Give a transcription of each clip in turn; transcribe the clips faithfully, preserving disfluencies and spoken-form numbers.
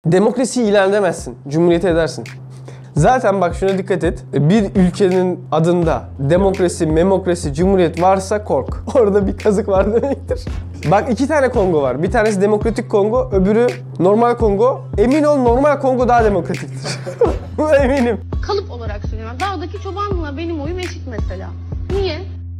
Demokrasiyi ilan edemezsin. Cumhuriyeti edersin. Zaten bak şuna dikkat et. Bir ülkenin adında demokrasi, memokrasi, cumhuriyet varsa kork. Orada bir kazık var demektir. Bak iki tane Kongo var. Bir tanesi Demokratik Kongo, öbürü normal Kongo. Emin ol normal Kongo daha demokratiktir. Buna eminim. Kalıp olarak söylüyorum. Dağdaki çobanla benim oyum eşit mesela. Niye?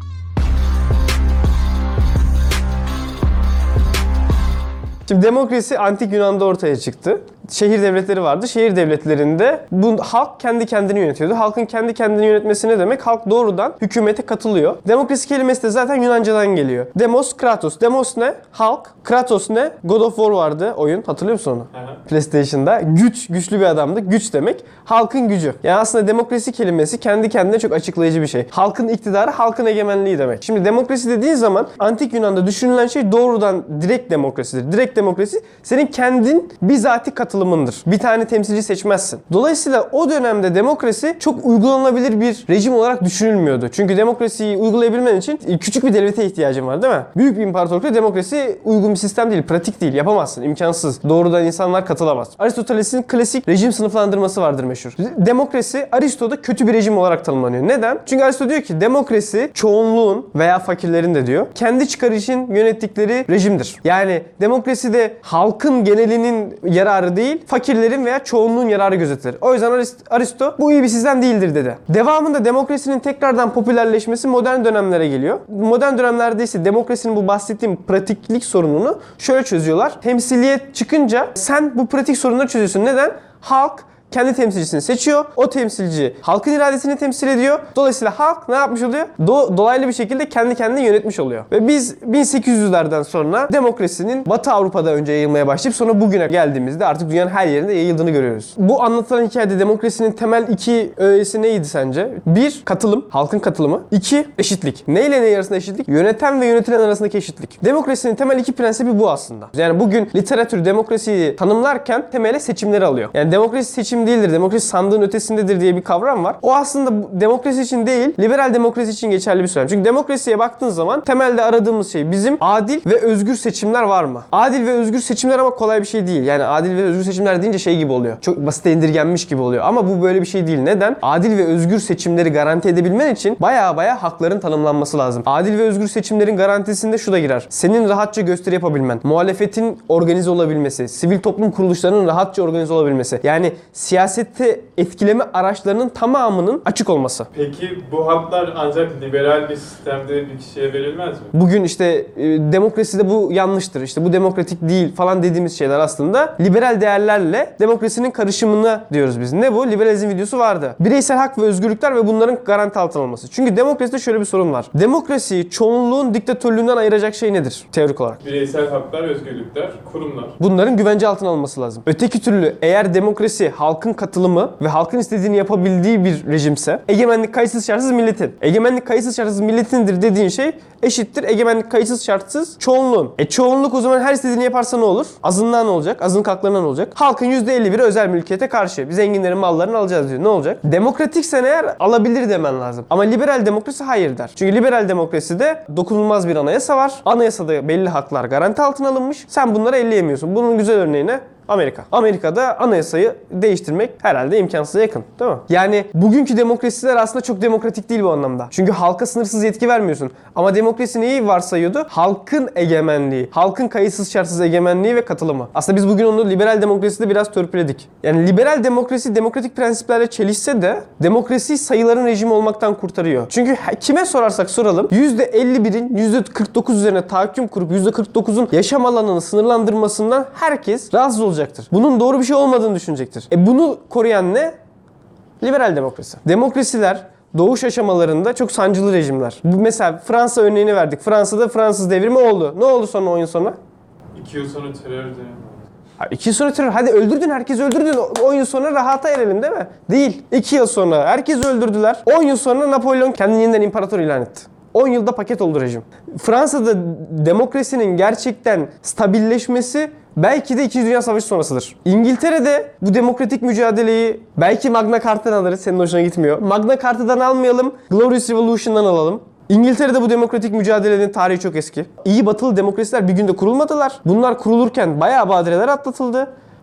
Şimdi demokrasi antik Yunan'da ortaya çıktı. Şehir devletleri vardı. Şehir devletlerinde bu halk kendi kendini yönetiyordu. Halkın kendi kendini yönetmesi ne demek? Halk doğrudan hükümete katılıyor. Demokrasi kelimesi de zaten Yunanca'dan geliyor. Demos, Kratos. Demos ne? Halk. Kratos ne? God of War vardı oyun. Hatırlıyor musun onu? Aha. PlayStation'da. Güç, güçlü bir adamdı. Güç demek. Halkın gücü. Yani aslında demokrasi kelimesi kendi kendine çok açıklayıcı bir şey. Halkın iktidarı, halkın egemenliği demek. Şimdi demokrasi dediğin zaman antik Yunan'da düşünülen şey doğrudan direkt demokrasidir. Direkt demokrasi senin kendin bizatihi katılımındır. Bir tane temsilci seçmezsin. Dolayısıyla o dönemde demokrasi çok uygulanabilir bir rejim olarak düşünülmüyordu. Çünkü demokrasiyi uygulayabilmen için küçük bir devlete ihtiyacın var değil mi? Büyük bir imparatorlukta demokrasi uygun bir sistem değil, pratik değil, yapamazsın, imkansız. Doğrudan insanlar katılamaz. Aristoteles'in klasik rejim sınıflandırması vardır meşhur. Demokrasi Aristo'da kötü bir rejim olarak tanımlanıyor. Neden? Çünkü Aristo diyor ki demokrasi çoğunluğun veya fakirlerin de diyor kendi çıkarı için yönettikleri rejimdir. Yani demokrasi de halkın genelinin yararı değil, fakirlerin veya çoğunluğun yararı gözetilir. O yüzden Aristo bu iyi bir sistem değildir dedi. Devamında demokrasinin tekrardan popülerleşmesi modern dönemlere geliyor. Modern dönemlerde ise demokrasinin bu bahsettiğim pratiklik sorununu şöyle çözüyorlar. Temsiliyet çıkınca sen bu pratik sorunları çözüyorsun. Neden? Halk kendi temsilcisini seçiyor. O temsilci halkın iradesini temsil ediyor. Dolayısıyla halk ne yapmış oluyor? Do- dolaylı bir şekilde kendi kendini yönetmiş oluyor. Ve biz bin sekiz yüzlerden sonra demokrasinin Batı Avrupa'da önce yayılmaya başlayıp sonra bugüne geldiğimizde artık dünyanın her yerinde yayıldığını görüyoruz. Bu anlatılan hikayede demokrasinin temel iki öğesi neydi sence? Bir, katılım. Halkın katılımı. İki, eşitlik. Ne ile ne arasında eşitlik? Yöneten ve yönetilen arasındaki eşitlik. Demokrasinin temel iki prensibi bu aslında. Yani bugün literatür demokrasiyi tanımlarken temele seçimleri alıyor. Yani demokrasi seçim değildir, demokrasi sandığın ötesindedir diye bir kavram var. O aslında demokrasi için değil, liberal demokrasi için geçerli bir söylem. Çünkü demokrasiye baktığın zaman temelde aradığımız şey bizim adil ve özgür seçimler var mı? Adil ve özgür seçimler ama kolay bir şey değil. Yani adil ve özgür seçimler deyince şey gibi oluyor. Çok basite indirgenmiş gibi oluyor. Ama bu böyle bir şey değil. Neden? Adil ve özgür seçimleri garanti edebilmen için baya baya hakların tanımlanması lazım. Adil ve özgür seçimlerin garantisinde şu da girer. Senin rahatça gösteri yapabilmen, muhalefetin organize olabilmesi, sivil toplum kuruluşlarının rahatça organize olabilmesi. Yani siyasette etkileme araçlarının tamamının açık olması. Peki bu haklar ancak liberal bir sistemde bir kişiye verilmez mi? Bugün işte e, demokraside bu yanlıştır, işte bu demokratik değil falan dediğimiz şeyler aslında liberal değerlerle demokrasinin karışımına diyoruz biz. Ne bu? Liberalizm videosu vardı. Bireysel hak ve özgürlükler ve bunların garanti altına alınması. Çünkü demokraside şöyle bir sorun var. Demokrasiyi çoğunluğun diktatörlüğünden ayıracak şey nedir teorik olarak? Bireysel haklar, özgürlükler, kurumlar. Bunların güvence altına alınması lazım. Öteki türlü eğer demokrasi halkın katılımı ve halkın istediğini yapabildiği bir rejimse egemenlik kayıtsız şartsız milletin. Egemenlik kayıtsız şartsız milletindir dediğin şey eşittir egemenlik kayıtsız şartsız çoğunluğun. E çoğunluk o zaman her istediğini yaparsa ne olur? Azınlığa ne olacak? Azınlık haklarına ne olacak? Halkın yüzde elli biri özel mülkiyete karşı. Biz zenginlerin mallarını alacağız diyor. Ne olacak? Demokratiksen eğer alabilir demen lazım. Ama liberal demokrasi hayır der. Çünkü liberal demokraside dokunulmaz bir anayasa var. Anayasada belli haklar garanti altına alınmış. Sen bunları elleyemiyorsun. Bunun güzel örneği ne? Amerika. Amerika'da anayasayı değiştirmek herhalde imkansıza yakın, değil mi? Yani bugünkü demokrasiler aslında çok demokratik değil bu anlamda. Çünkü halka sınırsız yetki vermiyorsun. Ama demokrasi neyi varsayıyordu? Halkın egemenliği, halkın kayıtsız şartsız egemenliği ve katılımı. Aslında biz bugün onu liberal demokraside biraz törpüledik. Yani liberal demokrasi demokratik prensiplerle çelişse de demokrasi sayıların rejimi olmaktan kurtarıyor. Çünkü kime sorarsak soralım yüzde elli birin yüzde kırk dokuz üzerine tahakküm kurup yüzde kırk dokuzun yaşam alanını sınırlandırmasından herkes razı olacak. Bunun doğru bir şey olmadığını düşünecektir. E bunu koruyan ne? Liberal demokrasi. Demokrasiler doğuş aşamalarında çok sancılı rejimler. Bu mesela Fransa örneğini verdik. Fransa'da Fransız devrimi oldu. Ne oldu sonra on yıl sonra? İki yıl sonra terör dönemi. İki yıl sonra terör. Hadi öldürdün, herkesi öldürdün. on yıl sonra rahata erelim değil mi? Değil. iki yıl sonra herkesi öldürdüler. on yıl sonra Napolyon kendini yeniden imparator ilan etti. on yılda paket oldu rejim. Fransa'da demokrasinin gerçekten stabilleşmesi belki de İkinci Dünya Savaşı sonrasıdır. İngiltere'de bu demokratik mücadeleyi belki Magna Carta'dan alırız. Senin hoşuna gitmiyor. Magna Carta'dan almayalım. Glorious Revolution'dan alalım. İngiltere'de bu demokratik mücadelenin tarihi çok eski. İyi batılı demokrasiler bir günde kurulmadılar. Bunlar kurulurken bayağı badireler atlatıldı.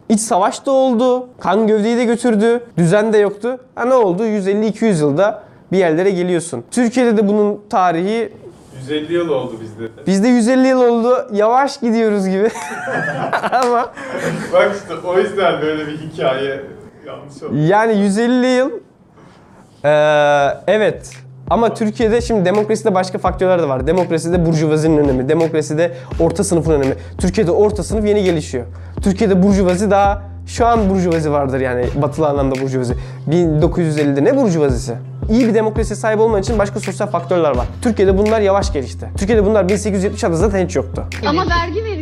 İç savaş da oldu. Kan gövdeyi de götürdü. Düzen de yoktu. Ha ne oldu? yüz elli iki yüz yılda bir yerlere geliyorsun. Türkiye'de de bunun tarihi yüz elli yıl oldu bizde. bizde yüz elli yıl oldu. Yavaş gidiyoruz gibi. Ama Bak işte o yüzden böyle bir hikaye yanlış oldu. yani yüz elli yıl ee, evet. Ama Türkiye'de şimdi demokraside başka faktörler de var. Demokraside burjuvazinin önemi, demokraside orta sınıfın önemi. Türkiye'de orta sınıf yeni gelişiyor. Türkiye'de burjuvazi daha şu an burjuvazi vardır yani batılı anlamda burjuvazi. bin dokuz yüz ellide ne burjuvazisi? İyi bir demokrasiye sahip olman için başka sosyal faktörler var. Türkiye'de bunlar yavaş gelişti. Türkiye'de bunlar bin sekiz yüz yetmiş altıda zaten hiç yoktu. Ama vergi veriyor.